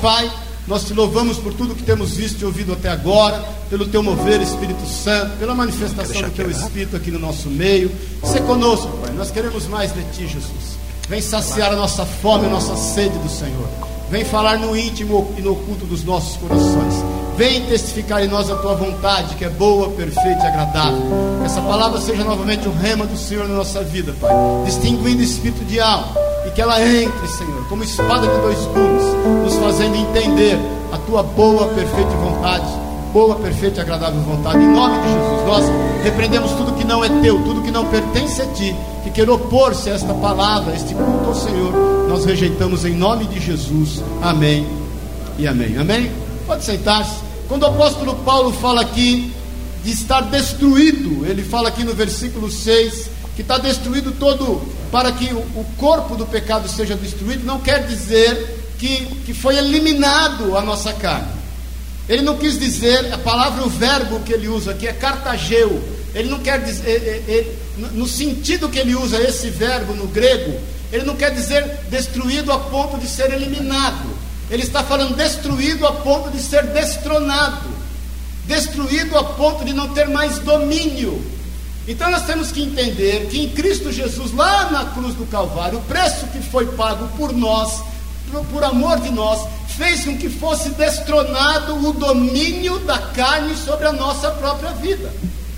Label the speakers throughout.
Speaker 1: Pai, nós te louvamos por tudo que temos visto e ouvido até agora, pelo teu mover, Espírito Santo, pela manifestação do teu Espírito aqui no nosso meio. Sê conosco, Pai, nós queremos mais de ti, Jesus. Vem saciar a nossa fome, a nossa sede do Senhor. Vem falar no íntimo e no oculto dos nossos corações. Vem testificar em nós a tua vontade, que é boa, perfeita e agradável. Que essa palavra seja novamente o rema do Senhor na nossa vida, Pai, distinguindo espírito de alma, e que ela entre, Senhor, como espada de dois gumes, nos fazendo entender a tua boa, perfeita vontade, boa, perfeita e agradável vontade. Em nome de Jesus, nós repreendemos tudo que não é teu, tudo que não pertence a ti, que quer opor-se a esta palavra, a este culto ao Senhor. Nós rejeitamos em nome de Jesus. Amém e amém. Amém? Pode sentar-se. Quando o apóstolo Paulo fala aqui de estar destruído, ele fala aqui no versículo 6 que está destruído todo, para que o corpo do pecado seja destruído, não quer dizer que foi eliminado a nossa carne. Ele não quis dizer, a palavra, o verbo que ele usa aqui é cartageu. Ele não quer dizer, no sentido que ele usa esse verbo no grego, ele não quer dizer destruído a ponto de ser eliminado. Ele está falando destruído a ponto de ser destronado, destruído a ponto de não ter mais domínio. Então nós temos que entender que em Cristo Jesus, lá na cruz do Calvário, o preço que foi pago por nós, por amor de nós, fez com que fosse destronado o domínio da carne sobre a nossa própria vida.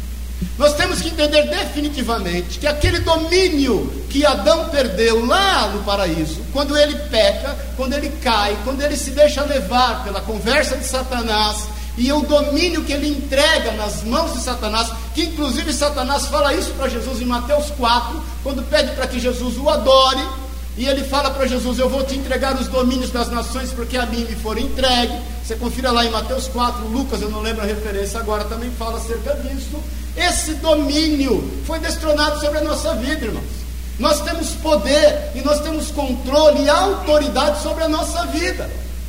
Speaker 1: Nós temos que entender definitivamente que aquele domínio que Adão perdeu lá no paraíso, quando ele peca, quando ele cai, quando ele se deixa levar pela conversa de Satanás, e o domínio que ele entrega nas mãos de Satanás, que inclusive Satanás fala isso para Jesus em Mateus 4, quando pede para que Jesus o adore, e ele fala para Jesus: eu vou te entregar os domínios das nações, porque a mim me foram entregue. Você confira lá em Mateus 4, Lucas, eu não lembro a referência agora, também fala acerca disso. Esse domínio foi destronado sobre a nossa vida, irmãos. Nós temos poder, e nós temos controle e autoridade sobre a nossa vida.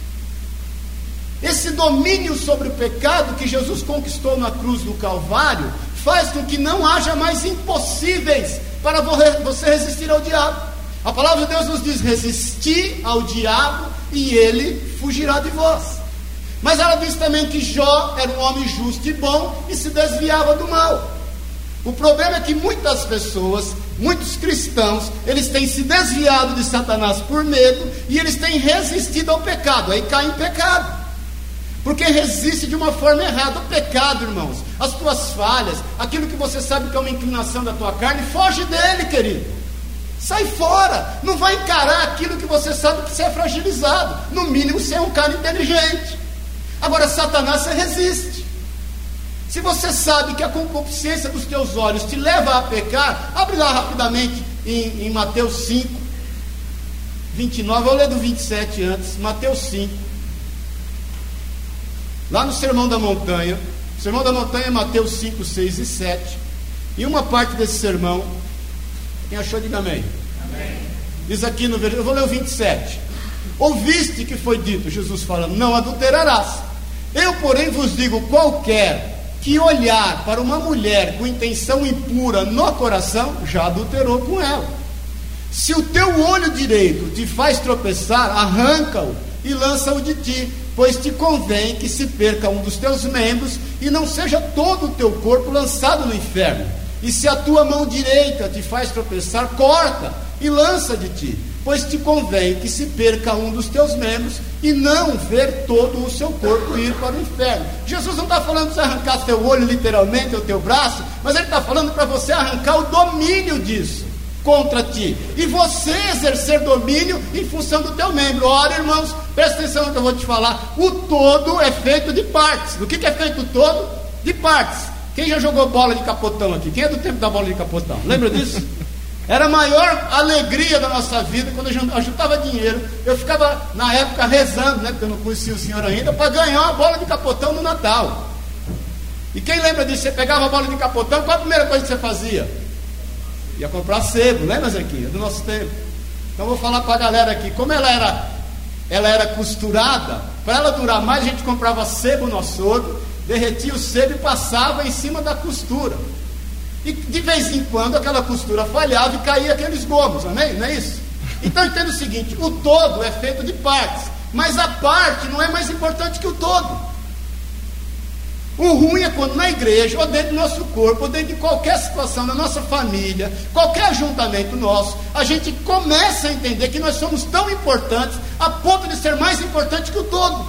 Speaker 1: Esse domínio sobre o pecado que Jesus conquistou na cruz do Calvário, faz com que não haja mais impossíveis para você resistir ao diabo. A palavra de Deus nos diz: resisti ao diabo e ele fugirá de vós. Mas ela diz também que Jó era um homem justo e bom e se desviava do mal. O problema é que muitas pessoas, muitos cristãos, eles têm se desviado de Satanás por medo, e eles têm resistido ao pecado, aí cai em pecado, porque resiste de uma forma errada. O pecado, irmãos, as tuas falhas, aquilo que você sabe que é uma inclinação da tua carne, foge dele, querido. Sai fora, não vai encarar aquilo que você sabe que você é fragilizado. No mínimo você é um cara inteligente. Agora Satanás, você resiste. Se você sabe que a concupiscência dos teus olhos te leva a pecar, abre lá rapidamente em Mateus 5, 29, vou ler do 27 antes, Mateus 5, lá no Sermão da Montanha. O Sermão da Montanha é Mateus 5, 6 e 7, e uma parte desse sermão, quem achou, diga amém. Amém. Diz aqui no versículo, eu vou ler o 27, ouviste que foi dito, Jesus falando, não adulterarás. Eu, porém, vos digo, qualquer que olhar para uma mulher com intenção impura no coração, já adulterou com ela. Se o teu olho direito te faz tropeçar, arranca-o e lança-o de ti, pois te convém que se perca um dos teus membros, e não seja todo o teu corpo lançado no inferno. E se a tua mão direita te faz tropeçar, corta e lança de ti, pois te convém que se perca um dos teus membros, e não ver todo o seu corpo ir para o inferno. Jesus não está falando para você arrancar teu olho literalmente, ou teu braço, mas ele está falando para você arrancar o domínio disso contra ti, e você exercer domínio em função do teu membro. Ora, irmãos, presta atenção no que eu vou te falar. O todo é feito de partes. Do que é feito o todo? De partes. Quem já jogou bola de capotão aqui? Quem é do tempo da bola de capotão? Lembra disso? Era a maior alegria da nossa vida, quando eu juntava dinheiro, eu ficava na época rezando, né, porque eu não conhecia o senhor ainda, para ganhar uma bola de capotão no Natal. E quem lembra disso? Você pegava a bola de capotão, qual a primeira coisa que você fazia? Ia comprar sebo, lembra, Zequinha? Do nosso tempo. Então eu vou falar para a galera aqui, como ela era costurada, para ela durar mais, a gente comprava sebo no açougue, derretia o sebo e passava em cima da costura. E de vez em quando aquela costura falhava e caía aqueles gomos, amém? Não é isso? Então entenda o seguinte, o todo é feito de partes. mas a parte não é mais importante que o todo. O ruim é quando na igreja, ou dentro do nosso corpo, ou dentro de qualquer situação da nossa família, qualquer ajuntamento nosso, a gente começa a entender que nós somos tão importantes a ponto de ser mais importante que o todo.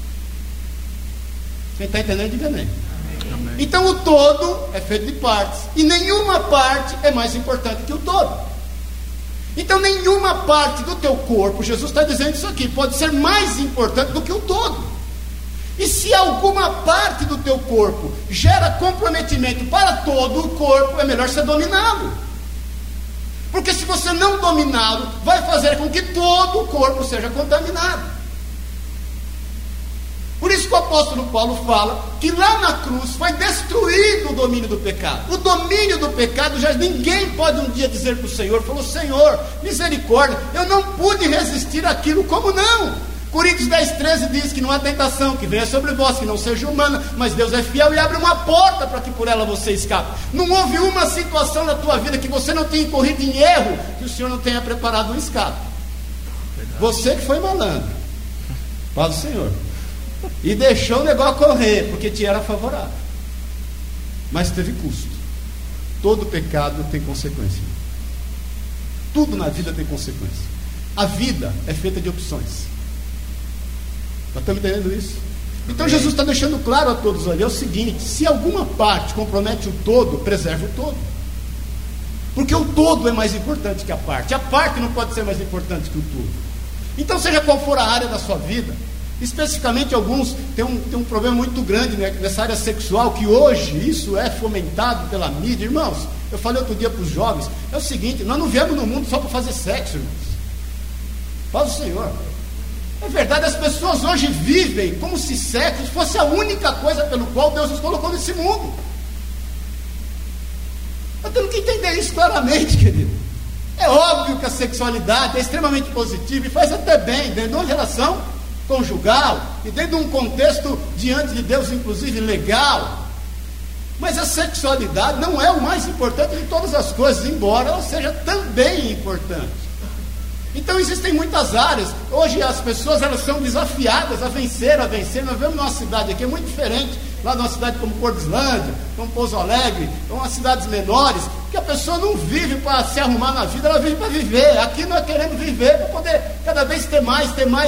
Speaker 1: Quem está entendendo, diga amém. Amém. Então o todo é feito de partes, e nenhuma parte é mais importante que o todo. Então nenhuma parte do teu corpo, Jesus está dizendo isso aqui, pode ser mais importante do que o todo. E se alguma parte do teu corpo gera comprometimento para todo o corpo, é melhor você dominá-lo. Porque se você não dominá-lo, vai fazer com que todo o corpo seja contaminado. Por isso que o apóstolo Paulo fala que lá na cruz foi destruído o domínio do pecado. O domínio do pecado, já ninguém pode um dia dizer para o Senhor, falou: Senhor, misericórdia, eu não pude resistir àquilo. Como não? Coríntios 10:13 diz que não há tentação que venha sobre vós, que não seja humana, mas Deus é fiel e abre uma porta para que por ela você escape. Não houve uma situação na tua vida que você não tenha corrido em erro, que o Senhor não tenha preparado um escape. Você que foi malandro, paz do Senhor, e deixou o negócio correr, porque te era favorável, mas teve custo. Todo pecado tem consequência. Tudo na vida tem consequência. A vida é feita de opções. Nós estamos entendendo isso? Então Jesus está deixando claro a todos ali, é o seguinte: se alguma parte compromete o todo, preserva o todo. Porque o todo é mais importante que a parte não pode ser mais importante que o todo. Então, seja qual for a área da sua vida, especificamente alguns têm um problema muito grande, né, nessa área sexual, que hoje isso é fomentado pela mídia. Irmãos, eu falei outro dia para os jovens, é o seguinte: nós não viemos no mundo só para fazer sexo, irmãos. Fala o Senhor. É verdade, as pessoas hoje vivem como se sexo fosse a única coisa pelo qual Deus nos colocou nesse mundo. Nós temos que entender isso claramente, querido. É óbvio que a sexualidade é extremamente positiva e faz até bem dentro de uma relação conjugal e dentro de um contexto diante de Deus, inclusive legal. Mas a sexualidade não é o mais importante de todas as coisas, embora ela seja também importante. Então existem muitas áreas. Hoje as pessoas elas são desafiadas a vencer. Nós vemos numa cidade aqui, é muito diferente lá numa cidade como Porto Islândia, como Pouso Alegre, como umas cidades menores, que a pessoa não vive para se arrumar na vida, ela vive para viver. Aqui nós queremos viver para poder cada vez ter mais,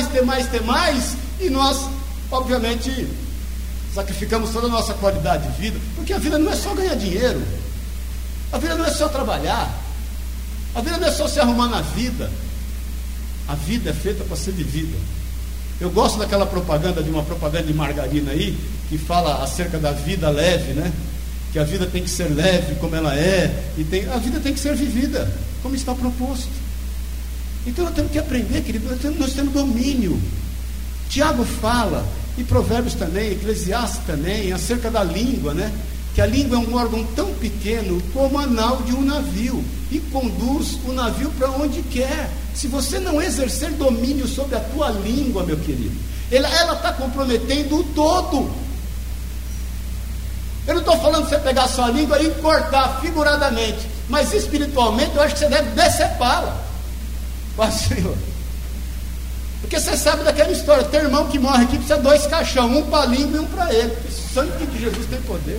Speaker 1: e nós, obviamente, sacrificamos toda a nossa qualidade de vida, porque a vida não é só ganhar dinheiro, a vida não é só trabalhar, a vida não é só se arrumar na vida. A vida é feita para ser vivida. Eu gosto daquela propaganda, de uma propaganda de margarina aí, que fala acerca da vida leve, né? Que a vida tem que ser leve como ela é, a vida tem que ser vivida como está proposto. Então nós temos que aprender, querido, nós temos domínio. Tiago fala, e Provérbios também, Eclesiastes também, acerca da língua, né? Que a língua é um órgão tão pequeno como a nau de um navio, e conduz o navio para onde quer. Se você não exercer domínio sobre a tua língua, meu querido, ela está comprometendo o todo. Eu não estou falando de você pegar a sua língua e cortar figuradamente, mas espiritualmente eu acho que você deve decepá-la. Senhor, porque você sabe daquela história: tem irmão que morre aqui, precisa 2 caixão, um para a língua e um para ele. O sangue de Jesus tem poder.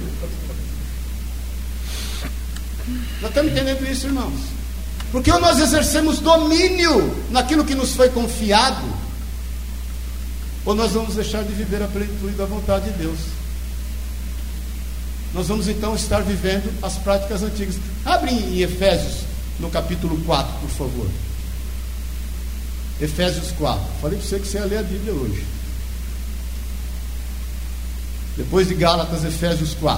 Speaker 1: Nós estamos entendendo isso, irmãos? Porque nós exercemos domínio naquilo que nos foi confiado, ou nós vamos deixar de viver a plenitude da vontade de Deus. Nós vamos então estar vivendo as práticas antigas. Abre em Efésios, no capítulo 4, por favor. Efésios 4. Falei para você que você ia ler a Bíblia hoje. Depois de Gálatas, Efésios 4.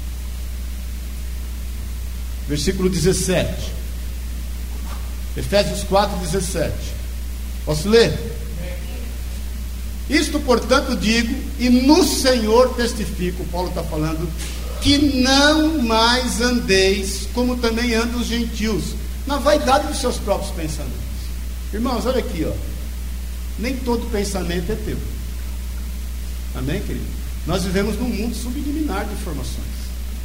Speaker 1: Versículo 17. Efésios 4, 17. Posso ler? Isto, portanto, digo, e no Senhor testifico, Paulo está falando, que não mais andeis como também andam os gentios, na vaidade dos seus próprios pensamentos. Irmãos, olha aqui, ó. Nem todo pensamento é teu. Amém, querido? Nós vivemos num mundo subliminar de informações.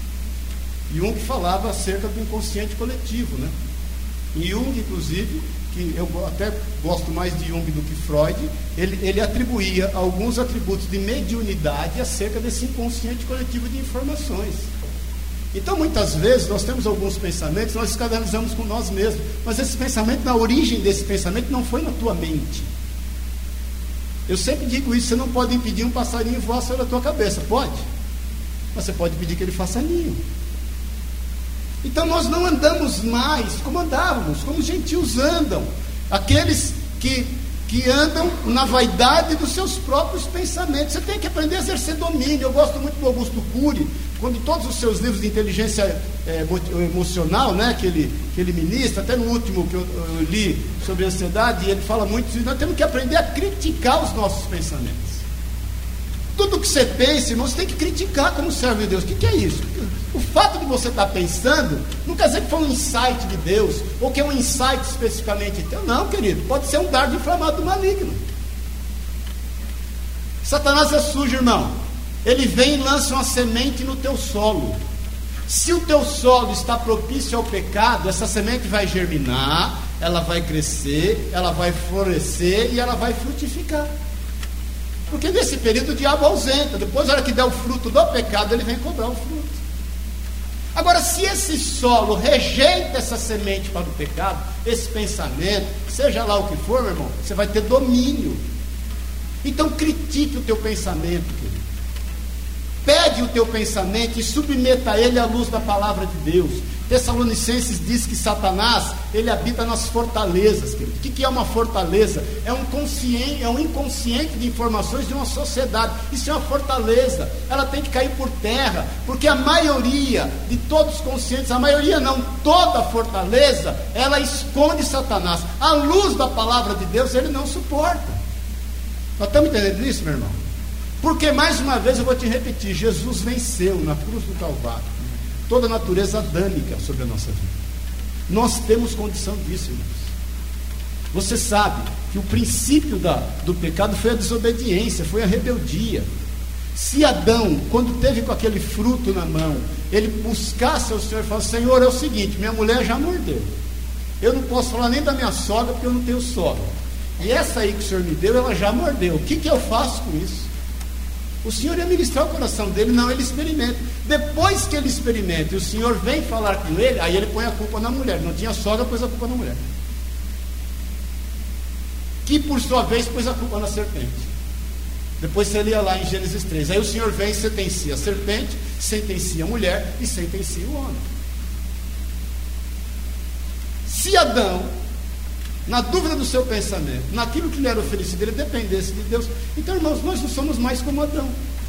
Speaker 1: Jung falava acerca do inconsciente coletivo, né? E Jung, inclusive, que eu até gosto mais de Jung do que Freud, ele atribuía alguns atributos de mediunidade acerca desse inconsciente coletivo de informações. Então, muitas vezes, nós temos alguns pensamentos, nós escandalizamos com nós mesmos, mas esse pensamento, na origem desse pensamento, não foi na tua mente. Eu sempre digo isso, você não pode impedir um passarinho voar sobre a tua cabeça, pode? Mas você pode pedir que ele faça ninho. Então, nós não andamos mais como andávamos, como os gentios andam, aqueles que andam na vaidade dos seus próprios pensamentos. Você tem que aprender a exercer domínio. Eu gosto muito do Augusto Cury, quando todos os seus livros de inteligência emocional, né, que ele ministra, até no último que eu li sobre ansiedade, ele fala muito disso. Nós temos que aprender a criticar os nossos pensamentos. Tudo que você pensa, irmão, você tem que criticar como servo de Deus. O que é isso? O fato de você estar pensando não quer dizer que foi um insight de Deus, ou que é um insight especificamente teu. Não, querido, pode ser um dardo inflamado do maligno. Satanás é sujo, irmão. Ele vem e lança uma semente no teu solo. Se o teu solo está propício ao pecado, essa semente vai germinar, ela vai crescer, ela vai florescer e ela vai frutificar. Porque nesse período o diabo ausenta. Depois, na hora que der o fruto do pecado, ele vem cobrar o fruto. Agora, se esse solo rejeita essa semente para o pecado, esse pensamento, seja lá o que for, meu irmão, você vai ter domínio. Então, critique o teu pensamento, querido. Pegue o teu pensamento e submeta ele à luz da palavra de Deus. Tessalonicenses diz que Satanás, ele habita nas fortalezas, querido. O que é uma fortaleza? É um inconsciente de informações de uma sociedade. Isso é uma fortaleza. Ela tem que cair por terra, porque a maioria de todos os conscientes, a maioria não, toda a fortaleza, ela esconde Satanás. A luz da palavra de Deus, ele não suporta. Nós estamos entendendo isso, meu irmão? Porque, mais uma vez, eu vou te repetir, Jesus venceu na cruz do Calvário toda a natureza adâmica sobre a nossa vida. Nós temos condição disso, irmãos. Você sabe que o princípio do pecado foi a desobediência, foi a rebeldia. Se Adão, quando teve com aquele fruto na mão, ele buscasse ao Senhor e falasse: Senhor, é o seguinte, minha mulher já mordeu, eu não posso falar nem da minha sogra, porque eu não tenho sogra, e essa aí que o Senhor me deu, ela já mordeu, o que eu faço com isso? O Senhor ia ministrar o coração dele. Não, ele experimenta. Depois que ele experimenta e o Senhor vem falar com ele, aí ele põe a culpa na mulher. Não tinha sogra, pôs a culpa na mulher, que por sua vez pôs a culpa na serpente. Depois você lia lá em Gênesis 3, aí o Senhor vem e sentencia a serpente, sentencia a mulher e sentencia o homem. Se Adão, na dúvida do seu pensamento, naquilo que lhe era oferecido, ele dependesse de Deus, então, irmãos, nós não somos mais como Adão.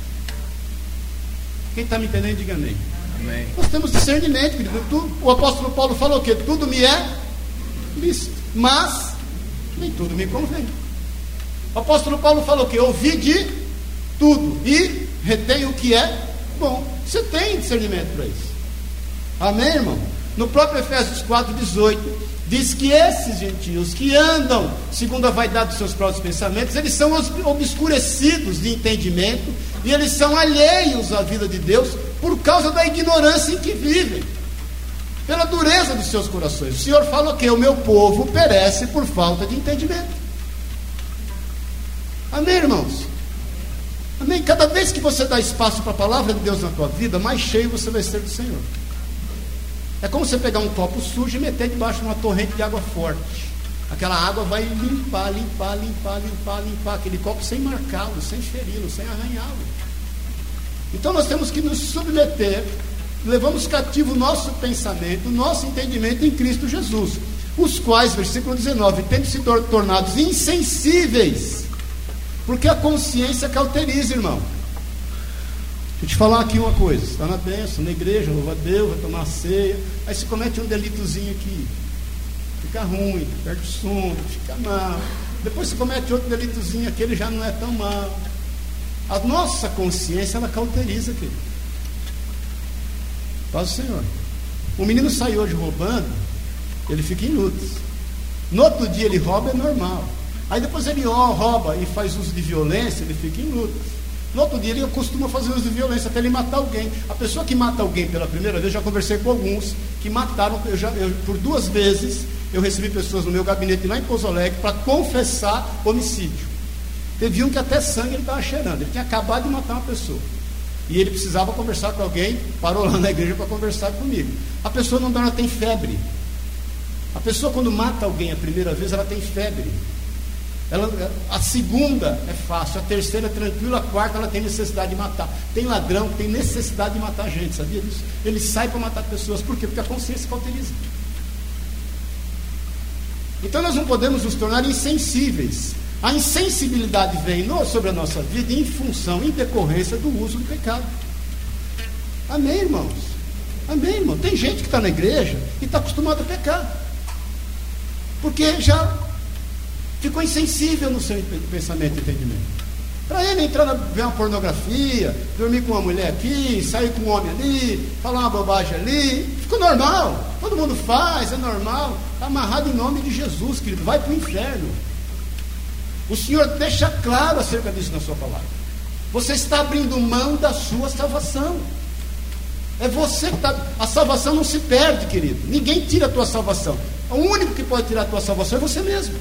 Speaker 1: Quem está me entendendo, diga amém. Amém. Nós temos discernimento, querido. O apóstolo Paulo falou o quê? Tudo me é lícito, mas nem tudo me convém. O apóstolo Paulo falou o quê? Ouvi de tudo e retém o que é bom. Você tem discernimento para isso. Amém, irmão? No próprio Efésios 4,18 diz que esses gentios que andam segundo a vaidade dos seus próprios pensamentos, eles são obscurecidos de entendimento e eles são alheios à vida de Deus por causa da ignorância em que vivem, pela dureza dos seus corações. O Senhor fala que o meu povo perece por falta de entendimento. Amém, irmãos? Amém? Cada vez que você dá espaço para a palavra de Deus na tua vida, mais cheio você vai ser do Senhor. É como você pegar um copo sujo e meter debaixo de uma torrente de água forte. Aquela água vai limpar aquele copo sem marcá-lo, sem feri-lo, sem arranhá-lo. Então nós temos que nos submeter, levamos cativo o nosso pensamento, o nosso entendimento em Cristo Jesus, os quais, versículo 19, tendo se tornados insensíveis, porque a consciência cauteriza, irmão. Vou te falar aqui uma coisa: está na bênção, na igreja, louva a Deus, vai tomar ceia, aí se comete um delitozinho aqui, fica ruim, perde o sono, fica mal. Depois se comete outro delitozinho aqui, ele já não é tão mal. A nossa consciência, ela cauteriza aqui. Paz do Senhor. O menino sai hoje roubando, ele fica em lutas. No outro dia ele rouba, é normal. Aí depois ele rouba e faz uso de violência, ele fica em lutas. No outro dia ele costuma fazer uso de violência até ele matar alguém. A pessoa que mata alguém pela primeira vez, já conversei com alguns que mataram, eu por 2 vezes eu recebi pessoas no meu gabinete lá em Pouso Alegre para confessar homicídio. Teve um que até sangue ele estava cheirando, ele tinha acabado de matar uma pessoa. E ele precisava conversar com alguém, parou lá na igreja para conversar comigo. A pessoa não dorme, ela tem febre. A pessoa quando mata alguém a primeira vez, ela tem febre. A segunda é fácil, a terceira é tranquila, a quarta ela tem necessidade de matar. Tem ladrão que tem necessidade de matar gente, sabia disso? Ele sai para matar pessoas, por quê? Porque a consciência cauteriza. Então nós não podemos nos tornar insensíveis. A insensibilidade vem sobre a nossa vida em função, em decorrência do uso do pecado. Amém, irmãos? Amém, irmão? Tem gente que está na igreja e está acostumada a pecar, porque já ficou insensível no seu pensamento e entendimento. Para ele entrar ver uma pornografia, dormir com uma mulher aqui, sair com um homem ali, falar uma bobagem ali, ficou normal. Todo mundo faz, é normal. Está amarrado em nome de Jesus, querido. Vai para o inferno. O Senhor deixa claro acerca disso na sua palavra. Você está abrindo mão da sua salvação. É você que está. A salvação não se perde, querido. Ninguém tira a tua salvação. O único que pode tirar a tua salvação é você mesmo.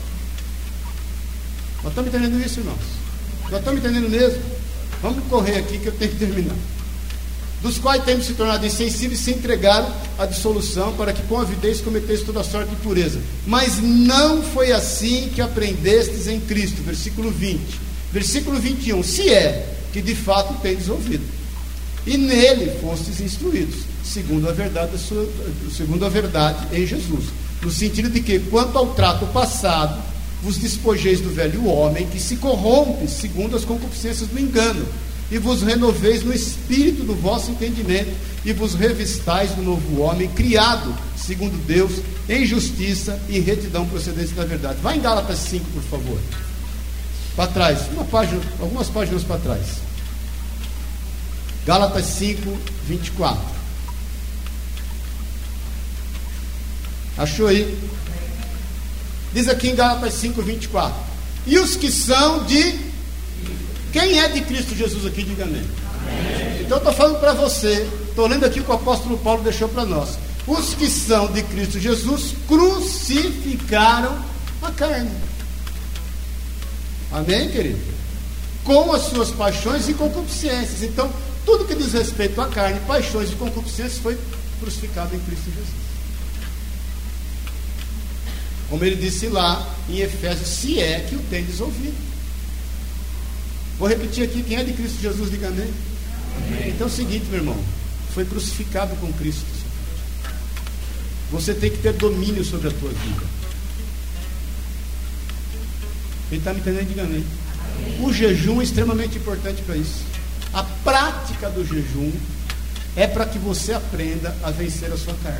Speaker 1: Nós estamos entendendo isso, irmãos? Nós estamos entendendo mesmo? Vamos correr aqui que eu tenho que terminar. Dos quais temos se tornado insensíveis e se entregaram à dissolução, para que com avidez cometesse toda sorte de impureza. Mas não foi assim que aprendestes em Cristo. Versículo 20. Versículo 21. Se é que de fato tendes ouvido, e nele fostes instruídos, segundo a verdade em Jesus. No sentido de que, quanto ao trato passado, vos despojeis do velho homem, que se corrompe segundo as concupiscências do engano, e vos renoveis no espírito do vosso entendimento, e vos revistais do novo homem, criado segundo Deus, em justiça e retidão procedentes da verdade. Vai em Gálatas 5, por favor. Para trás, algumas páginas para trás. Gálatas 5, 24. Achou aí? Diz aqui em Gálatas 5, 24. E os que são de... Quem é de Cristo Jesus aqui, diga amém. Amém. Então eu estou falando para você, estou lendo aqui o que o apóstolo Paulo deixou para nós. Os que são de Cristo Jesus crucificaram a carne. Amém, querido? Com as suas paixões e concupiscências. Então, tudo que diz respeito à carne, paixões e concupiscências foi crucificado em Cristo Jesus. Como ele disse lá em Efésios, se é que o tendes ouvido. Vou repetir aqui, quem é de Cristo Jesus, diga amém. Amém. Então é o seguinte, meu irmão, foi crucificado com Cristo. Você tem que ter domínio sobre a tua vida. Quem está me entendendo, diga amém. O jejum é extremamente importante para isso. A prática do jejum é para que você aprenda a vencer a sua carne.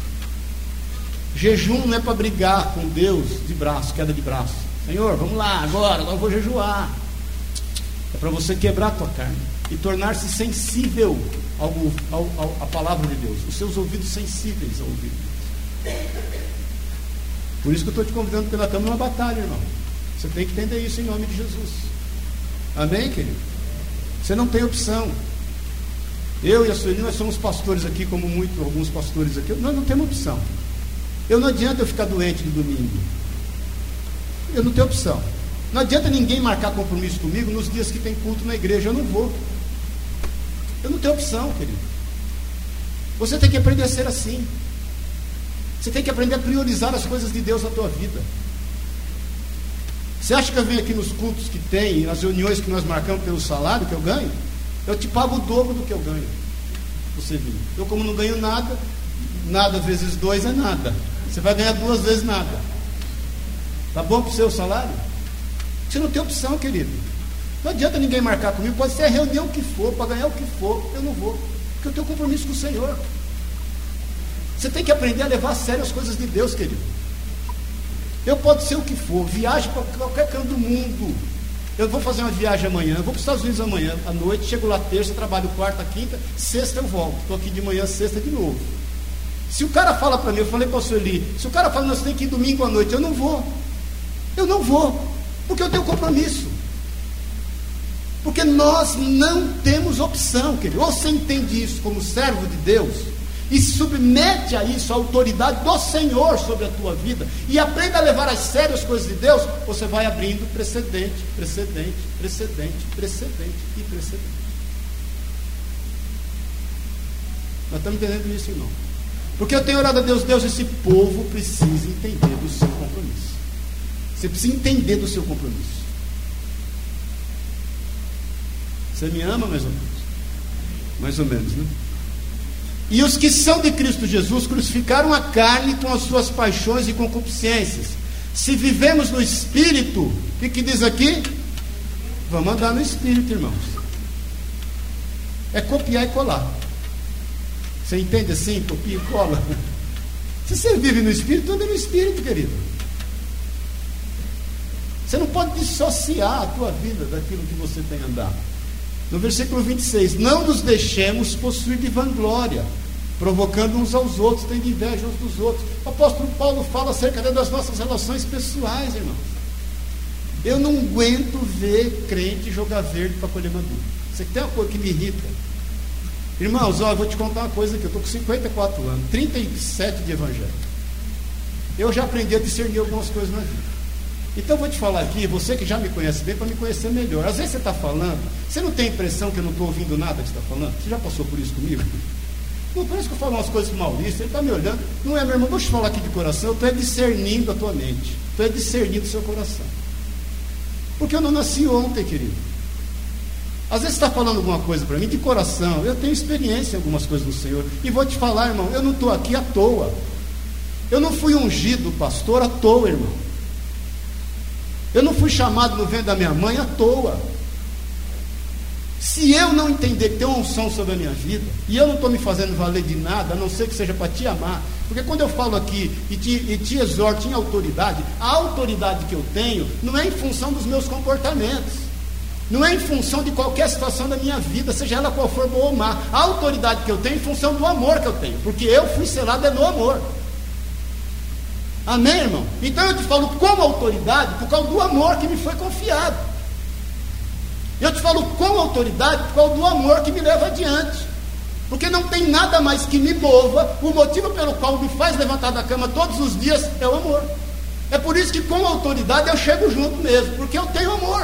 Speaker 1: Jejum não é para brigar com Deus de braço, queda de braço. Senhor, vamos lá, agora eu vou jejuar. É para você quebrar a tua carne e tornar-se sensível à palavra de Deus. Os seus ouvidos sensíveis ao ouvido de Deus. Por isso que eu estou te convidando, porque nós estamos numa batalha, irmão. Você tem que entender isso em nome de Jesus. Amém, querido? Você não tem opção. Eu e a Sueli, nós somos pastores aqui, como alguns pastores aqui. Nós não temos opção. Não adianta eu ficar doente no domingo. Eu não tenho opção. Não adianta ninguém marcar compromisso comigo nos dias que tem culto na igreja. Eu não vou. Eu não tenho opção, querido. Você tem que aprender a ser assim. Você tem que aprender a priorizar as coisas de Deus na tua vida. Você acha que eu venho aqui nos cultos que tem, nas reuniões que nós marcamos pelo salário que eu ganho? Eu te pago o dobro do que eu ganho. Você viu? Eu, como não ganho nada, nada vezes 2 é nada. Você vai ganhar 2 vezes nada. Tá bom para o seu salário? Você não tem opção, querido. Não adianta ninguém marcar comigo. Pode ser a reunião que for, para ganhar o que for. Eu não vou, porque eu tenho compromisso com o Senhor. Você tem que aprender a levar a sério as coisas de Deus, querido. Eu posso ser o que for. Viaje para qualquer canto do mundo. Eu vou fazer uma viagem amanhã. Eu vou para os Estados Unidos amanhã à noite. Chego lá terça, trabalho quarta, quinta. Sexta eu volto. Estou aqui de manhã, sexta de novo. Se o cara fala para mim, eu falei para o Sueli, se o cara fala, nós temos que ir domingo à noite, eu não vou. Eu não vou, porque eu tenho compromisso. Porque nós não temos opção, querido. Ou você entende isso como servo de Deus, e submete a isso a autoridade do Senhor sobre a tua vida, e aprenda a levar a sério as coisas de Deus, você vai abrindo precedente, precedente, precedente, precedente e precedente. Nós estamos entendendo isso, irmão? Porque eu tenho orado a Deus, Deus, esse povo precisa entender do seu compromisso. Você precisa entender do seu compromisso. Você me ama mais ou menos? Mais ou menos, né? E os que são de Cristo Jesus crucificaram a carne com as suas paixões e concupiscências. Se vivemos no Espírito, o que diz aqui? Vamos andar no Espírito, irmãos. É copiar e colar. Você entende assim? Copia e cola. Se você vive no Espírito, anda no Espírito, querido. Você não pode dissociar a tua vida daquilo que você tem andado. No versículo 26, não nos deixemos possuir de vanglória, provocando uns aos outros, tendo inveja uns dos outros. O apóstolo Paulo fala acerca das nossas relações pessoais, irmãos. Eu não aguento ver crente jogar verde para colher maduro. Isso aqui tem uma coisa que me irrita. Irmãos, eu vou te contar uma coisa aqui. Eu estou com 54 anos, 37 de evangelho. Eu já aprendi a discernir algumas coisas na vida. Então eu vou te falar aqui, você que já me conhece bem, para me conhecer melhor. Às vezes você está falando, você não tem a impressão que eu não estou ouvindo nada que você está falando? Você já passou por isso comigo? Não parece que eu falo umas coisas para o Maurício, ele está me olhando. Não é, meu irmão, deixa eu falar aqui de coração, eu estou discernindo a tua mente. Estou discernindo o seu coração. Porque eu não nasci ontem, querido. Às vezes você está falando alguma coisa para mim de coração, eu tenho experiência em algumas coisas do Senhor. E vou te falar, irmão, eu não estou aqui à toa. Eu não fui ungido pastor à toa, irmão. Eu não fui chamado no ventre da minha mãe à toa. Se eu não entender que tem uma unção sobre a minha vida, e eu não estou me fazendo valer de nada, a não ser que seja para te amar, porque quando eu falo aqui e te exorto em autoridade, a autoridade que eu tenho não é em função dos meus comportamentos, não é em função de qualquer situação da minha vida, seja ela qual for, boa ou má. A autoridade que eu tenho é em função do amor que eu tenho, porque eu fui selado no amor. Amém, irmão? Então eu te falo como autoridade por causa do amor que me foi confiado. Eu te falo com autoridade por causa do amor que me leva adiante. Porque não tem nada mais que me mova. O motivo pelo qual me faz levantar da cama todos os dias é o amor. É por isso que com autoridade eu chego junto mesmo, porque eu tenho amor.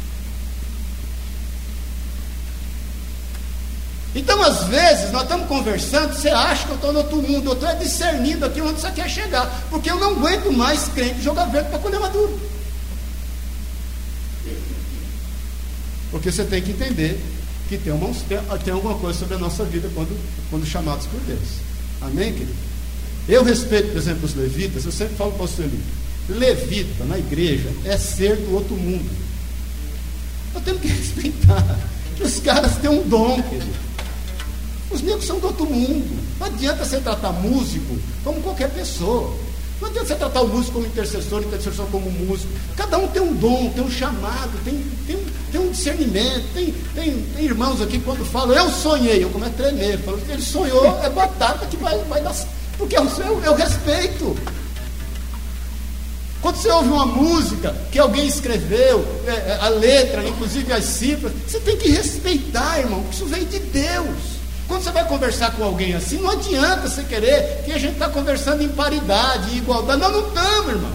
Speaker 1: Então, às vezes, nós estamos conversando, você acha que eu estou no outro mundo, eu estou discernindo aqui onde você quer chegar, porque eu não aguento mais crente jogar verde para colher maduro. Porque você tem que entender que tem alguma coisa sobre a nossa vida quando chamados por Deus. Amém, querido? Eu respeito, por exemplo, os levitas. Eu sempre falo para o seu levita na igreja é ser do outro mundo. Nós temos que respeitar que os caras têm um dom, querido. Os negros são do outro mundo. Não adianta você tratar músico como qualquer pessoa. Não adianta você tratar o músico como intercessor como músico. Cada um tem um dom, tem um chamado, tem um discernimento. Tem irmãos aqui que quando falam, eu sonhei, eu começo a tremer. Falo, ele sonhou, é batata que vai dar. Porque eu respeito. Quando você ouve uma música que alguém escreveu, a letra, inclusive as cifras, você tem que respeitar, irmão, porque isso veio de Deus. Quando você vai conversar com alguém assim, não adianta você querer que a gente está conversando em paridade, em igualdade. Nós não estamos, irmão.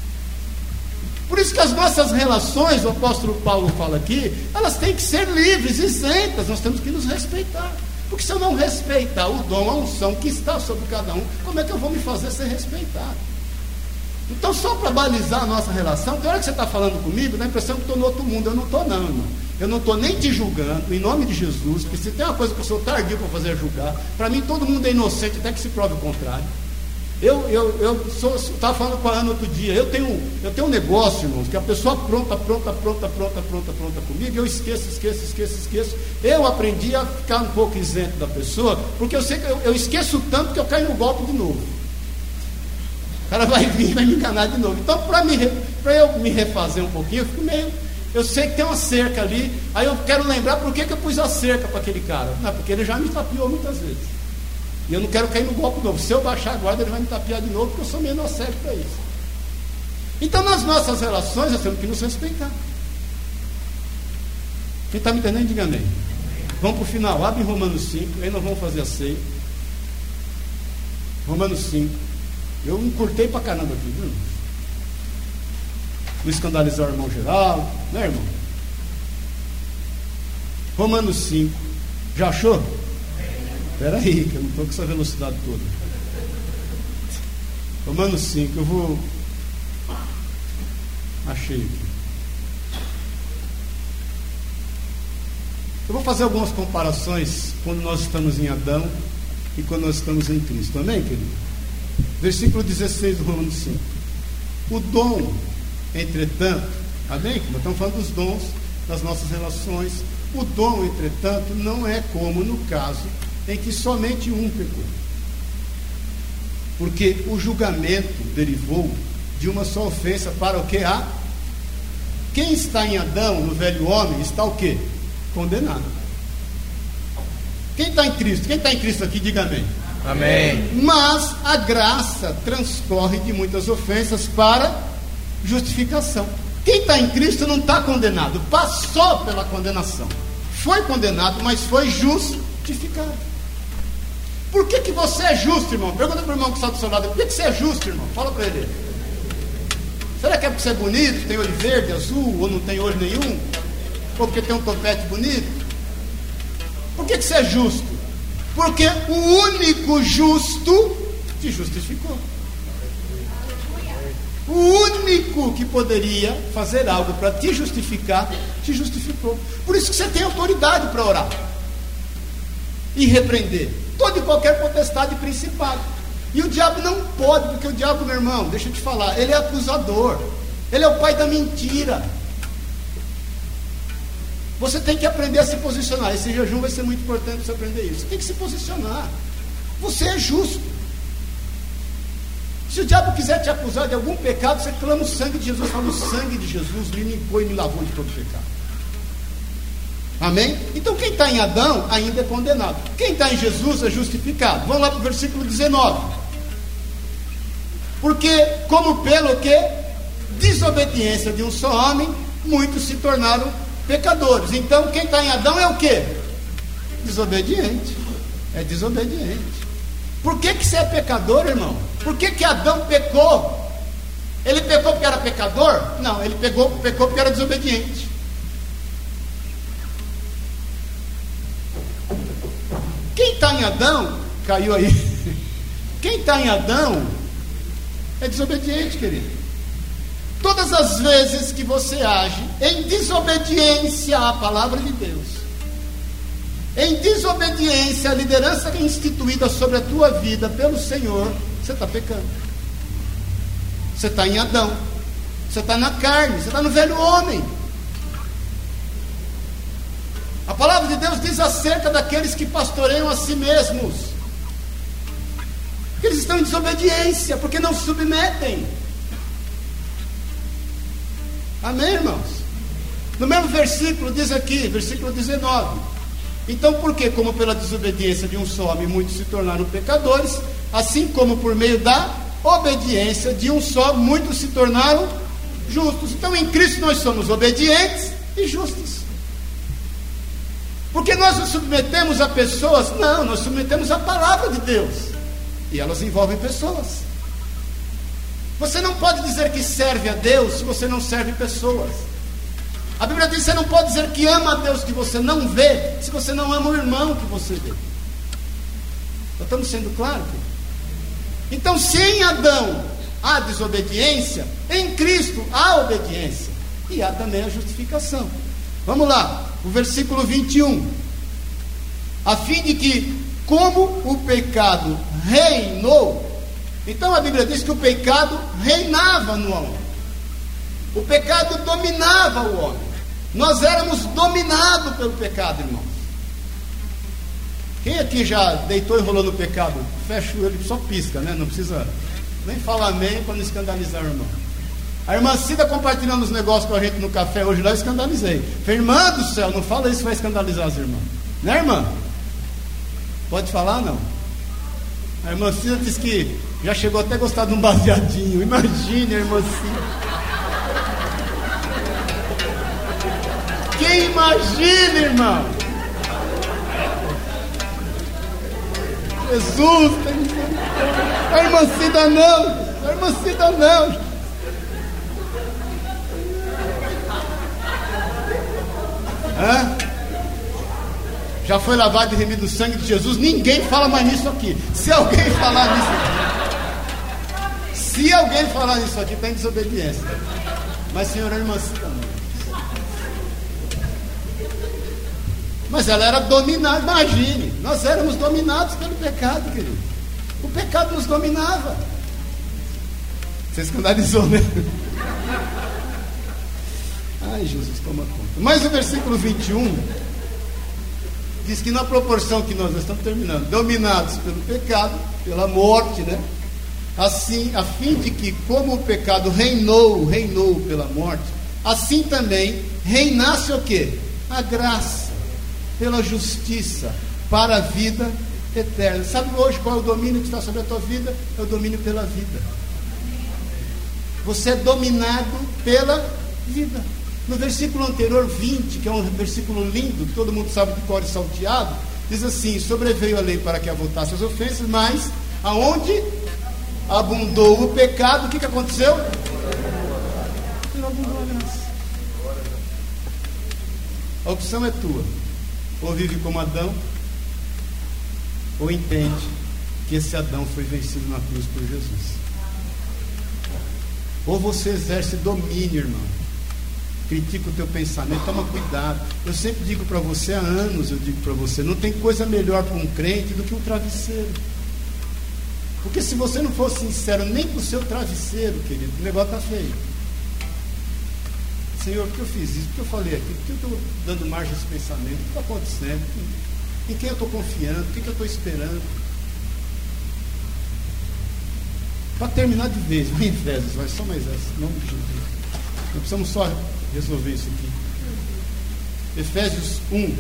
Speaker 1: Por isso que as nossas relações, o apóstolo Paulo fala aqui, elas têm que ser livres, isentas. Nós temos que nos respeitar. Porque se eu não respeitar o dom, a unção que está sobre cada um, como é que eu vou me fazer ser respeitado? Então, só para balizar a nossa relação, tem hora que você está falando comigo, dá a impressão que estou no outro mundo. Eu não estou, não, irmão. Eu não estou nem te julgando, em nome de Jesus, porque se tem uma coisa que eu sou tardio para fazer julgar, para mim todo mundo é inocente, até que se prove o contrário. Eu estava falando com a Ana outro dia, eu tenho um negócio, irmãos, que a pessoa pronta comigo, eu esqueço. Eu aprendi a ficar um pouco isento da pessoa, porque eu sei que eu esqueço tanto que eu caio no golpe de novo. O cara vai vir e vai me enganar de novo. Então, para eu me refazer um pouquinho, eu fico meio... Eu sei que tem uma cerca ali, aí eu quero lembrar por que eu pus a cerca para aquele cara. Não, porque ele já me tapeou muitas vezes. E eu não quero cair no golpe novo. Se eu baixar a guarda, ele vai me tapear de novo, porque eu sou meio inocente para isso. Então, nas nossas relações, nós temos que nos respeitar. Quem está me entendendo, diga amém. Vamos para o final. Abre em Romanos 5, aí nós vamos fazer a ceia. Romanos 5. Eu encurtei pra caramba aqui, viu? Não escandalizar o irmão Geraldo, né, irmão? Romanos 5. Já achou? Espera aí, que eu não estou com essa velocidade toda. Romanos 5, eu vou... Achei aqui. Eu vou fazer algumas comparações quando nós estamos em Adão e quando nós estamos em Cristo. Amém, querido? Versículo 16 do Romanos 5. O dom, entretanto, amém? Nós estamos falando dos dons das nossas relações. O dom, entretanto, não é como no caso em que somente um pecou. Porque o julgamento derivou de uma só ofensa para o que há? Quem está em Adão, no velho homem, está o quê? Condenado. Quem está em Cristo? Quem está em Cristo aqui, diga amém.
Speaker 2: Amém.
Speaker 1: Mas a graça transcorre de muitas ofensas para justificação. Quem está em Cristo não está condenado, passou pela condenação. Foi condenado, mas foi justificado. Por que você é justo, irmão? Pergunta para o irmão que está do seu lado. Por que você é justo, irmão? Fala para ele. Será que é porque você é bonito, tem olho verde, azul, ou não tem olho nenhum? Ou porque tem um topete bonito? Por que você é justo? Porque o único justo te justificou. O único que poderia fazer algo para te justificar, te justificou. Por isso que você tem autoridade para orar e repreender toda e qualquer potestade e principado. E o diabo não pode, porque o diabo, meu irmão, deixa eu te falar, ele é acusador, ele é o pai da mentira. Você tem que aprender a se posicionar. Esse jejum vai ser muito importante para você aprender isso. Você tem que se posicionar. Você é justo. Se o diabo quiser te acusar de algum pecado, você clama o sangue de Jesus. Fala, o sangue de Jesus me limpou e me lavou de todo pecado. Amém? Então quem está em Adão ainda é condenado. Quem está em Jesus é justificado. Vamos lá para o versículo 19. Porque como pelo que? Desobediência de um só homem, muitos se tornaram pecadores. Então quem está em Adão é o que? Desobediente. É desobediente. Por que você é pecador, irmão? Por que Adão pecou? Ele pecou porque era pecador? Não, ele pecou porque era desobediente. Quem está em Adão, caiu aí. Quem está em Adão é desobediente, querido. Todas as vezes que você age em desobediência à palavra de Deus, em desobediência à liderança instituída sobre a tua vida pelo Senhor, você está pecando. Você está em Adão. Você está na carne. Você está no velho homem. A palavra de Deus diz acerca daqueles que pastoreiam a si mesmos, que eles estão em desobediência, porque não se submetem. Amém, irmãos? No mesmo versículo diz aqui, versículo 19: então, porque como pela desobediência de um só homem muitos se tornaram pecadores, assim como por meio da obediência de um só muitos se tornaram justos. Então em Cristo nós somos obedientes e justos. Porque nós nos submetemos a pessoas? Não, nós submetemos a palavra de Deus, e elas envolvem pessoas. Você não pode dizer que serve a Deus se você não serve pessoas. A Bíblia diz que você não pode dizer que ama a Deus que você não vê, se você não ama o irmão que você vê. Nós estamos sendo claros? Então, se em Adão há desobediência, em Cristo há obediência, e há também a justificação. Vamos lá, o versículo 21. A fim de que, como o pecado reinou, então a Bíblia diz que o pecado reinava no homem. O pecado dominava o homem. Nós éramos dominados pelo pecado, irmãos. Quem aqui já deitou e rolou no pecado? Fecha o olho e só pisca, né? Não precisa nem falar amém para não escandalizar o irmão. A irmã Cida compartilhando os negócios com a gente no café hoje lá, eu escandalizei. Falei, irmã do céu, não fala isso, vai escandalizar as irmãs. Né, irmã? Pode falar, não? A irmã Cida disse que já chegou até a gostar de um baseadinho. Imagine a irmã Cida. Quem imagina, irmão? Jesus tem misericórdia. A irmã Cida não. A irmã Cida não. Hã? Já foi lavado e remido no sangue de Jesus. Ninguém fala mais nisso aqui. Se alguém falar nisso aqui, está em desobediência. Mas senhora, a irmã Cida não. Mas ela era dominada. Imagine, nós éramos dominados pelo pecado, querido. O pecado nos dominava. Você escandalizou, né? Ai, Jesus, toma conta. Mas o versículo 21 diz que na proporção que nós estamos terminando, dominados pelo pecado, pela morte, né? Assim, a fim de que, como o pecado reinou pela morte, assim também reinasse o quê? A graça, pela justiça, para a vida eterna. Sabe hoje qual é o domínio que está sobre a tua vida? É o domínio pela vida. Você é dominado pela vida. No versículo anterior, 20, que é um versículo lindo, que todo mundo sabe de cor e salteado, diz assim: sobreveio a lei para que avultasse as ofensas, mas aonde abundou o pecado, o que aconteceu? Abundou a graça. A opção é tua. Ou vive como Adão, ou entende que esse Adão foi vencido na cruz por Jesus. Ou você exerce domínio, irmão. Critica o teu pensamento, toma cuidado. Eu sempre digo para você, há anos eu digo para você, não tem coisa melhor para um crente do que um travesseiro. Porque se você não for sincero nem com o seu travesseiro, querido, o negócio está feio. Senhor, por que eu fiz isso? Por que eu falei aquilo? Por que eu estou dando margem a esse pensamento? O que está acontecendo? Em quem eu estou confiando? O que eu estou esperando? Para terminar de vez, em Efésios, vai só mais essa, em nome de Jesus. Nós precisamos só resolver isso aqui. Efésios 1.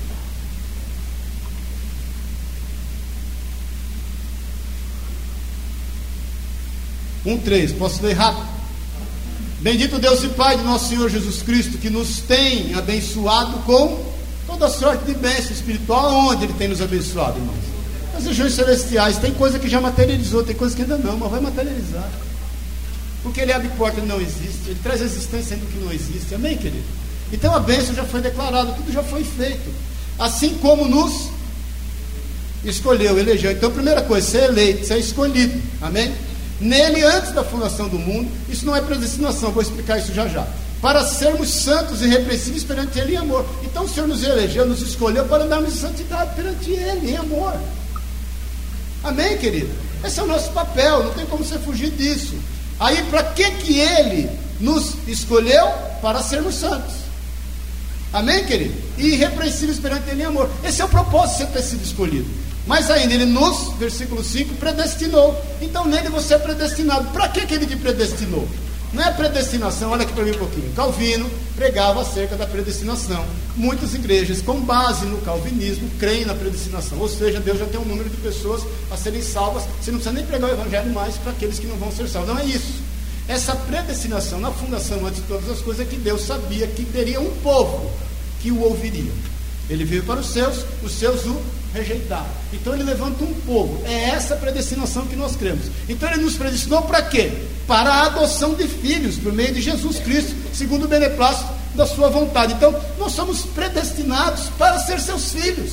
Speaker 1: Um 3, posso ler rápido? Bendito Deus e Pai de nosso Senhor Jesus Cristo, que nos tem abençoado com toda sorte de bênção espiritual. Onde Ele tem nos abençoado, irmãos? Nas regiões celestiais. Tem coisa que já materializou, tem coisa que ainda não, mas vai materializar. Porque Ele abre porta e não existe, Ele traz existência ainda que não existe. Amém, querido? Então a bênção já foi declarada, tudo já foi feito. Assim como nos escolheu, elegeu. Então, primeira coisa, ser eleito, ser escolhido. Amém? Nele, antes da fundação do mundo, isso não é predestinação, vou explicar isso já já. Para sermos santos e irrepreensíveis perante Ele em amor. Então o Senhor nos elegeu, nos escolheu para andarmos em santidade perante Ele, em amor. Amém, querido? Esse é o nosso papel, não tem como você fugir disso. Aí, para que Ele nos escolheu? Para sermos santos. Amém, querido? E irrepreensíveis perante Ele em amor. Esse é o propósito de você ter sido escolhido. Mas ainda Ele nos, versículo 5, predestinou. Então nele você é predestinado. Para que Ele te predestinou? Não é predestinação, olha aqui para mim um pouquinho. Calvino pregava acerca da predestinação. Muitas igrejas, com base no calvinismo, creem na predestinação. Ou seja, Deus já tem um número de pessoas a serem salvas. Você não precisa nem pregar o evangelho mais para aqueles que não vão ser salvos. Não é isso. Essa predestinação, na fundação, antes de todas as coisas, é que Deus sabia que teria um povo que o ouviria. Ele veio para os seus o rejeitaram. Então Ele levanta um povo. É essa predestinação que nós cremos. Então Ele nos predestinou para quê? Para a adoção de filhos, por meio de Jesus Cristo, segundo o beneplácito da sua vontade. Então, nós somos predestinados para ser seus filhos.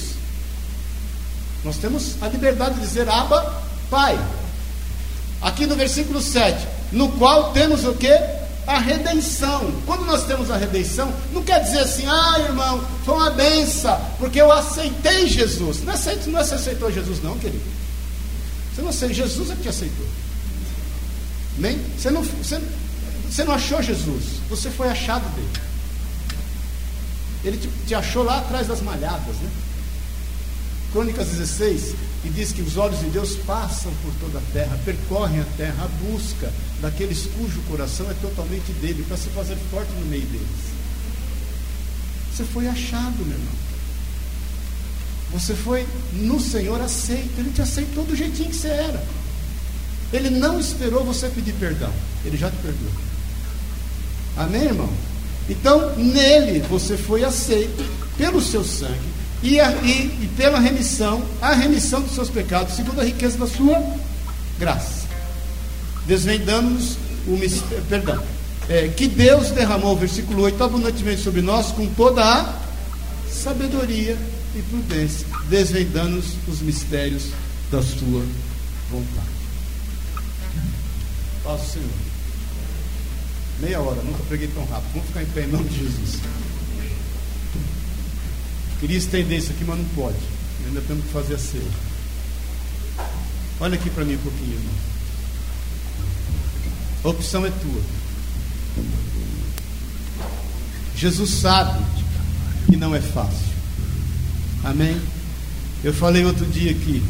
Speaker 1: Nós temos a liberdade de dizer Abba, Pai. Aqui no versículo 7, no qual temos o quê? A redenção. Quando nós temos a redenção, não quer dizer assim, irmão, foi uma benção, porque eu aceitei Jesus. Não é você aceitou Jesus não, querido. Você não aceitou, Jesus é que te aceitou. Amém? Você não achou Jesus, você foi achado dele. Ele te achou lá atrás das malhadas, né? Crônicas 16, e diz que os olhos de Deus passam por toda a terra, percorrem a terra, à busca daqueles cujo coração é totalmente dele, para se fazer forte no meio deles. Você foi achado, meu irmão. Você foi no Senhor aceito. Ele te aceitou do jeitinho que você era. Ele não esperou você pedir perdão, Ele já te perdoou. Amém, irmão? Então, nele você foi aceito pelo seu sangue, e pela remissão, a remissão dos seus pecados, segundo a riqueza da sua graça, desvendando-nos o mistério, que Deus derramou, versículo 8, abundantemente sobre nós, com toda a sabedoria e prudência, desvendando-nos os mistérios da sua vontade. Paz do Senhor. Meia hora, nunca preguei tão rápido. Vamos ficar em pé em nome de Jesus. Queria estender isso aqui, mas não pode. Ainda temos que fazer a ceia. Olha aqui para mim um pouquinho, irmão. A opção é tua. Jesus sabe que não é fácil. Amém? Eu falei outro dia aqui.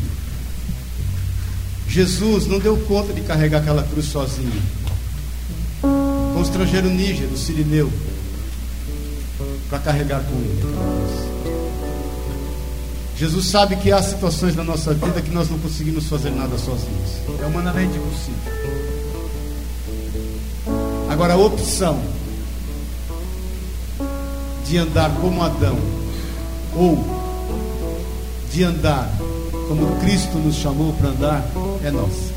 Speaker 1: Jesus não deu conta de carregar aquela cruz sozinho. Com o estrangeiro Níger, o Sirineu, para carregar com ele. Jesus sabe que há situações na nossa vida que nós não conseguimos fazer nada sozinhos. É humanamente impossível. Agora, a opção de andar como Adão, ou de andar como Cristo nos chamou para andar, é nossa.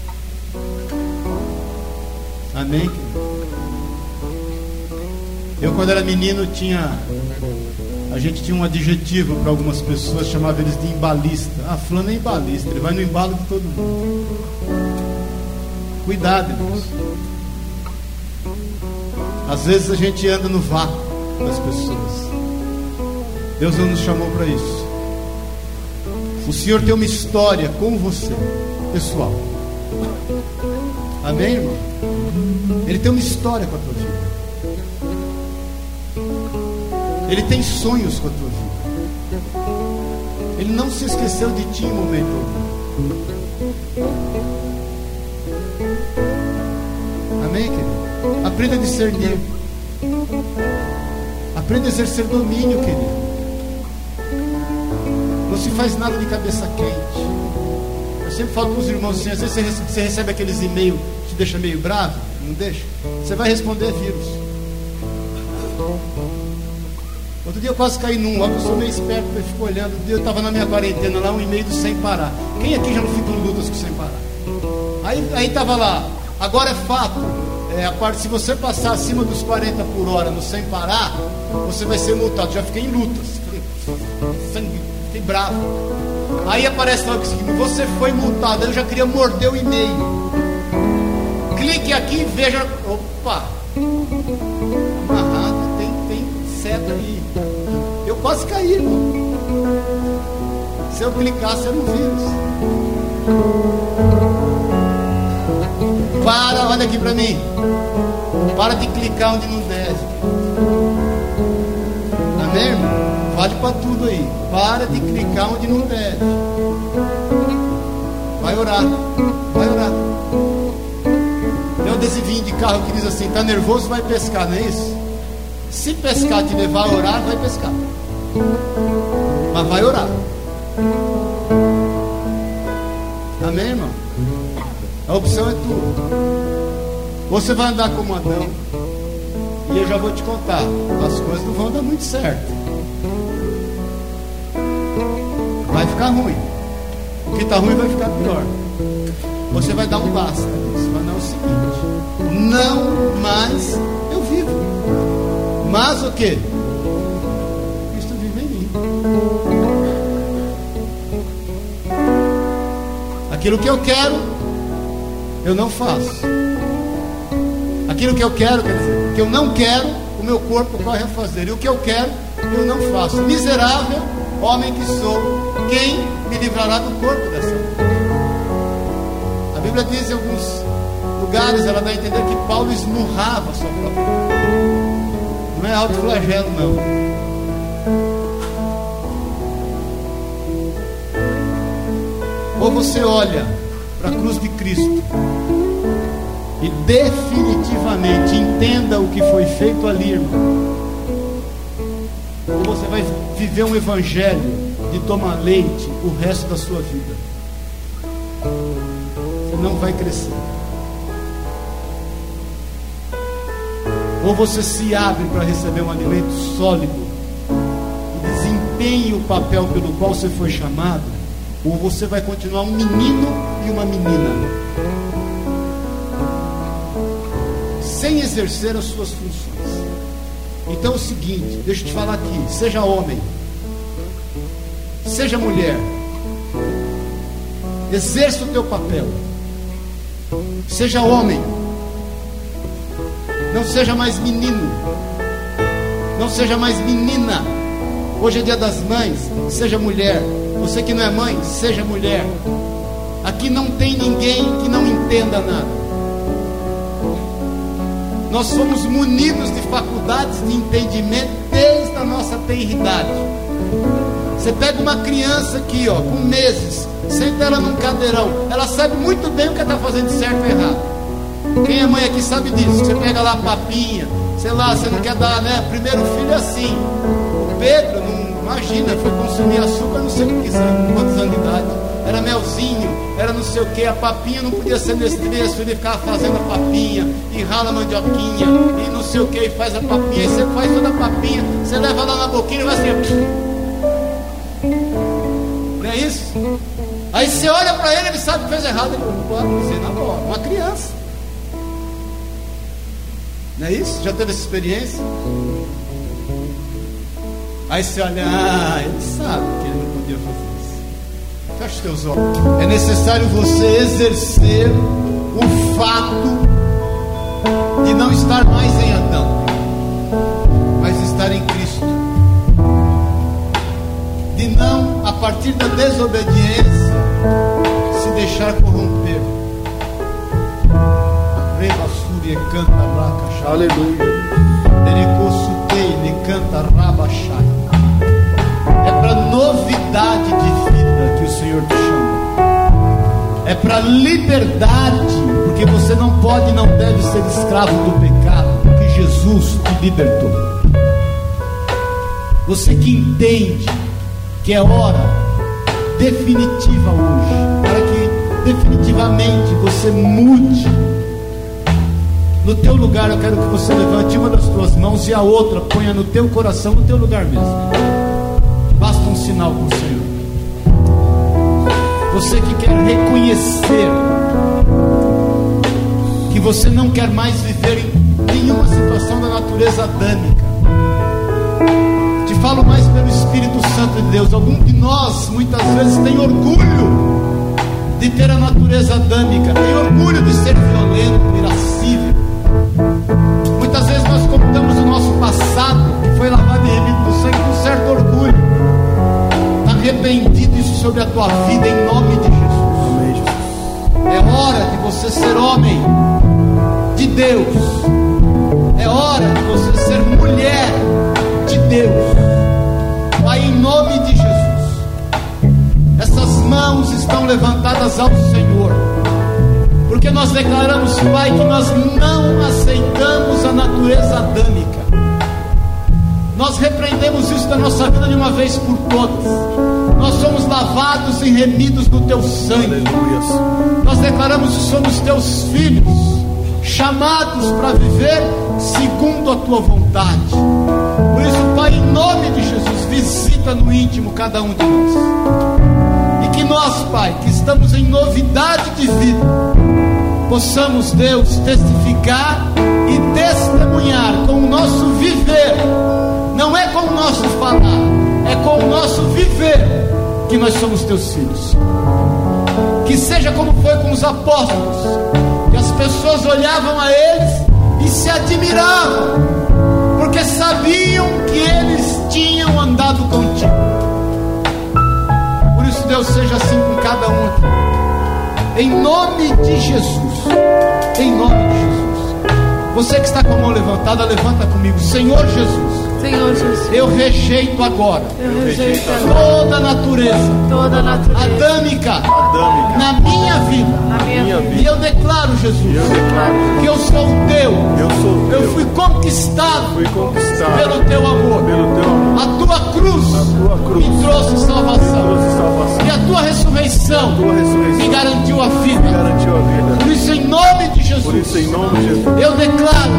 Speaker 1: Amém? Eu, quando era menino, a gente tinha um adjetivo para algumas pessoas, chamava eles de embalista. Fulano é embalista, ele vai no embalo de todo mundo. Cuidado, irmãos. Às vezes a gente anda no vácuo das pessoas. Deus não nos chamou para isso. O Senhor tem uma história com você, pessoal. Amém, irmão? Ele tem uma história com a tua vida. Ele tem sonhos com a tua vida. Ele não se esqueceu de ti em momento algum. Amém, querido? Aprenda a discernir. Aprenda a exercer domínio, querido. Não se faz nada de cabeça quente. Eu sempre falo para os irmãos assim, às vezes você recebe aqueles e-mails que te deixa meio bravo. Não deixa? Você vai responder vírus. Outro dia eu quase caí num, a pessoa meio esperta, eu fico olhando. Eu estava na minha quarentena lá, um e-mail do Sem Parar. Quem aqui já não ficou em lutas com Sem Parar? Aí estava lá, agora é fato, a parte, se você passar acima dos 40 por hora no Sem Parar, você vai ser multado. Já fiquei em lutas, fiquei bravo. Aí aparece lá o seguinte: você foi multado. Eu já queria morder o e-mail. Clique aqui e veja. Opa, amarrado, tem seta aí. Eu quase caí, irmão. Se eu clicasse era um vírus. Olha aqui pra mim. Para de clicar onde não deve. Amém, irmão? Vale pra tudo aí. Para de clicar onde não deve. Vai orar. Vai orar. Tem um adesivinho de carro que diz assim: tá nervoso, vai pescar, não é isso? Se pescar te levar a orar, vai pescar. Mas vai orar. Amém, irmão? A opção é tua. Você vai andar como Adão. E eu já vou te contar, as coisas não vão dar muito certo. Vai ficar ruim. O que está ruim vai ficar pior. Você vai dar um basta. Você vai dar o seguinte: não mais eu vivo, mas o que? Cristo vive em mim. Aquilo que eu quero, eu não faço. Aquilo que eu quero, quer dizer, que eu não quero, o meu corpo corre a fazer. E o que eu quero, eu não faço. Miserável homem que sou, quem me livrará do corpo dessa vida? A Bíblia diz em alguns lugares, ela dá a entender que Paulo esmurrava a sua própria vida. Não é autoflagelo, não. Ou você olha para a cruz de Cristo e definitivamente entenda o que foi feito ali, irmão. Ou você vai viver um evangelho de tomar leite o resto da sua vida. Você não vai crescer. Ou você se abre para receber um alimento sólido e desempenhe o papel pelo qual você foi chamado, ou você vai continuar um menino e uma menina, sem exercer as suas funções. Então é o seguinte, deixa eu te falar aqui, seja homem, seja mulher, exerça o teu papel. Seja homem, não seja mais menino, não seja mais menina. Hoje é dia das mães, seja mulher. Você que não é mãe, seja mulher. Aqui não tem ninguém que não entenda nada. Nós somos munidos de faculdades de entendimento desde a nossa tenridade. Você pega uma criança aqui, ó, com meses, senta ela num cadeirão, ela sabe muito bem o que ela está fazendo certo ou errado. Quem é mãe aqui sabe disso. Você pega lá a papinha, sei lá, você não quer dar, né? Primeiro filho é assim. O Pedro, não imagina, foi consumir açúcar, não sei quantos anos de idade. Era melzinho, era não sei o que, a papinha não podia ser nesse trecho, ele ficava fazendo a papinha, e rala a mandioquinha, e não sei o que, e faz a papinha, e você faz toda a papinha, você leva lá na boquinha e vai assim. Não é isso? Aí você olha para ele, ele sabe que fez errado, ele não pode dizer na hora, uma criança. Não é isso? Já teve essa experiência? Aí você olha, ele sabe que ele não podia fazer isso. Fecha os teus olhos. É necessário você exercer o fato de não estar mais em Adão, mas estar em Cristo. De não, a partir da desobediência, se deixar corromper. Rebassúria canta raca, aleluia. Derecosutei, ele canta rabachai. É para novidade de vida que o Senhor te chama. É para liberdade, porque você não pode e não deve ser escravo do pecado, porque Jesus te libertou. Você que entende que é hora definitiva hoje, para que definitivamente você mude. No teu lugar eu quero que você levante uma das tuas mãos e a outra ponha no teu coração, no teu lugar mesmo. Basta um sinal com o Senhor. Você que quer reconhecer que você não quer mais viver em nenhuma situação da natureza adâmica. Te falo mais pelo Espírito Santo de Deus. Algum de nós muitas vezes tem orgulho de ter a natureza adâmica, tem orgulho de ser violento, irascível. Muitas vezes nós contamos o nosso passado, que foi lavado e remido no sangue, com certo orgulho. Está arrependido isso sobre a tua vida, em nome de Jesus. Amém, Jesus. É hora de você ser homem de Deus. É hora de você ser mulher de Deus. Pai, em nome de Jesus, essas mãos estão levantadas ao Senhor, porque nós declaramos, Pai, que nós não aceitamos a natureza adâmica. Nós repreendemos isso da nossa vida de uma vez por todas. Nós somos lavados e remidos no Teu sangue. Aleluia. Nós declaramos que somos Teus filhos, chamados para viver segundo a Tua vontade. Por isso, Pai, em nome de Jesus, visita no íntimo cada um de nós. E que nós, Pai, que estamos em novidade de vida, possamos, Deus, testificar e testemunhar com o nosso viver. Não é com o nosso falar, é com o nosso viver que nós somos Teus filhos. Que seja como foi com os apóstolos, que as pessoas olhavam a eles e se admiravam, porque sabiam que eles tinham andado contigo. Por isso, Deus, seja assim com cada um aqui, em nome de Jesus. Em nome de Jesus. Você que está com a mão levantada, levanta comigo. Senhor Jesus,
Speaker 2: Senhor Jesus,
Speaker 1: eu rejeito agora toda a natureza adâmica na minha vida. E eu declaro, Jesus, que eu sou teu. Eu fui conquistado pelo teu amor. A tua cruz me trouxe salvação. E a tua ressurreição me garantiu a vida. Por isso, em nome de Jesus, eu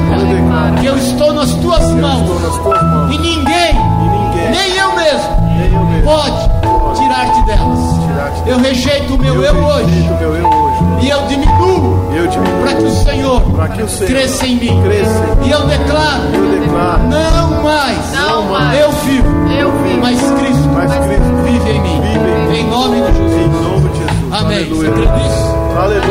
Speaker 1: declaro que eu estou nas tuas mãos. E ninguém, nem eu mesmo, pode tirar-te delas. Eu rejeito o meu eu hoje. E eu diminuo para que o Senhor cresça em mim. E eu declaro, não mais eu vivo, mas Cristo vive em mim. Em nome de Jesus. Amém. Você crê nisso?
Speaker 2: Aleluia.